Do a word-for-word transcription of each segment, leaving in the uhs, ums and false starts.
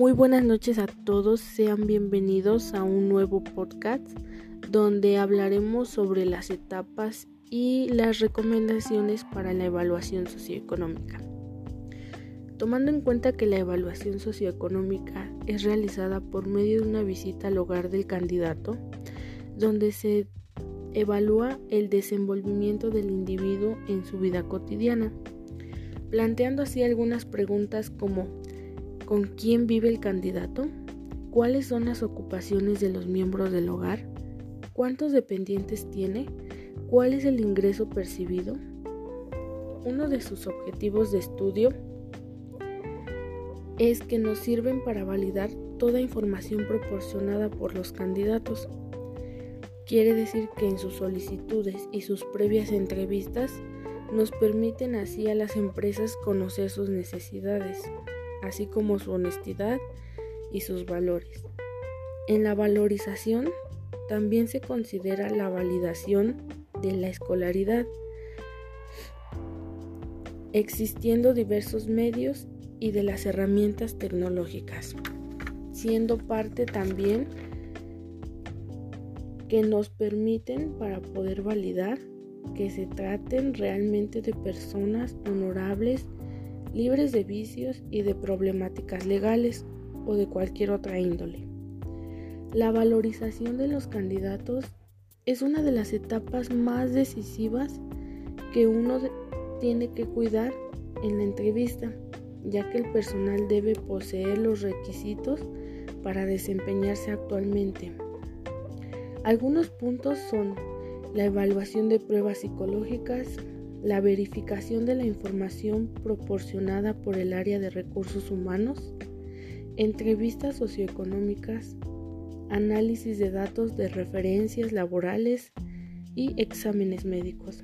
Muy buenas noches a todos, sean bienvenidos a un nuevo podcast donde hablaremos sobre las etapas y las recomendaciones para la evaluación socioeconómica. Tomando en cuenta que la evaluación socioeconómica es realizada por medio de una visita al hogar del candidato, donde se evalúa el desenvolvimiento del individuo en su vida cotidiana, planteando así algunas preguntas como ¿con quién vive el candidato? ¿Cuáles son las ocupaciones de los miembros del hogar? ¿Cuántos dependientes tiene? ¿Cuál es el ingreso percibido? Uno de sus objetivos de estudio es que nos sirven para validar toda información proporcionada por los candidatos. Quiere decir que en sus solicitudes y sus previas entrevistas nos permiten así a las empresas conocer sus necesidades, así como su honestidad y sus valores. En la valorización también se considera la validación de la escolaridad, existiendo diversos medios y de las herramientas tecnológicas, siendo parte también que nos permiten para poder validar que se traten realmente de personas honorables, libres de vicios y de problemáticas legales o de cualquier otra índole. La valorización de los candidatos es una de las etapas más decisivas que uno tiene que cuidar en la entrevista, ya que el personal debe poseer los requisitos para desempeñarse actualmente. Algunos puntos son la evaluación de pruebas psicológicas, la verificación de la información proporcionada por el área de recursos humanos, entrevistas socioeconómicas, análisis de datos de referencias laborales y exámenes médicos.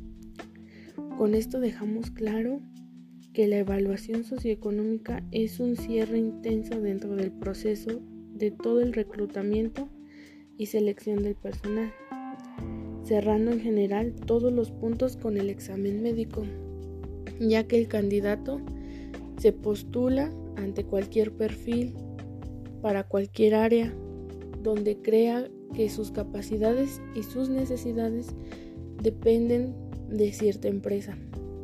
Con esto dejamos claro que la evaluación socioeconómica es un cierre intenso dentro del proceso de todo el reclutamiento y selección del personal, cerrando en general todos los puntos con el examen médico, ya que el candidato se postula ante cualquier perfil para cualquier área donde crea que sus capacidades y sus necesidades dependen de cierta empresa.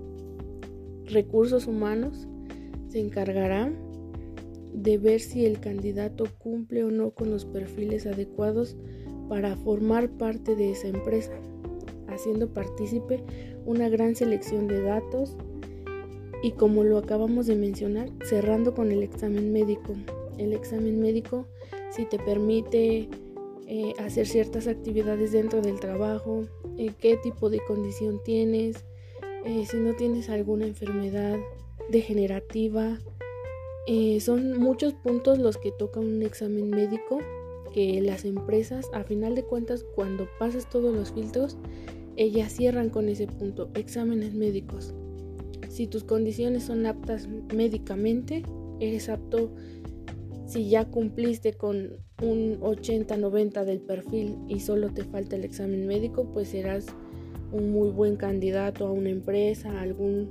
Recursos humanos se encargará de ver si el candidato cumple o no con los perfiles adecuados para formar parte de esa empresa, haciendo partícipe una gran selección de datos y, como lo acabamos de mencionar, cerrando con el examen médico. El examen médico si te permite eh, hacer ciertas actividades dentro del trabajo, eh, qué tipo de condición tienes, eh, si no tienes alguna enfermedad degenerativa. Eh, son muchos puntos los que toca un examen médico, que las empresas, a final de cuentas, cuando pasas todos los filtros, ellas cierran con ese punto, exámenes médicos. Si tus condiciones son aptas médicamente, eres apto. Si ya cumpliste con un ochenta noventa del perfil y solo te falta el examen médico, pues serás un muy buen candidato a una empresa, a algún,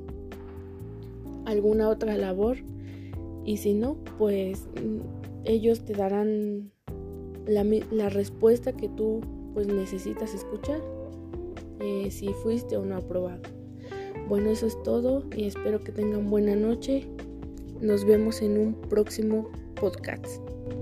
alguna otra labor. Y si no, pues ellos te darán La, la respuesta que tú pues necesitas escuchar, eh, si fuiste o no aprobado. Bueno, eso es todo y espero que tengan buena noche. Nos vemos en un próximo podcast.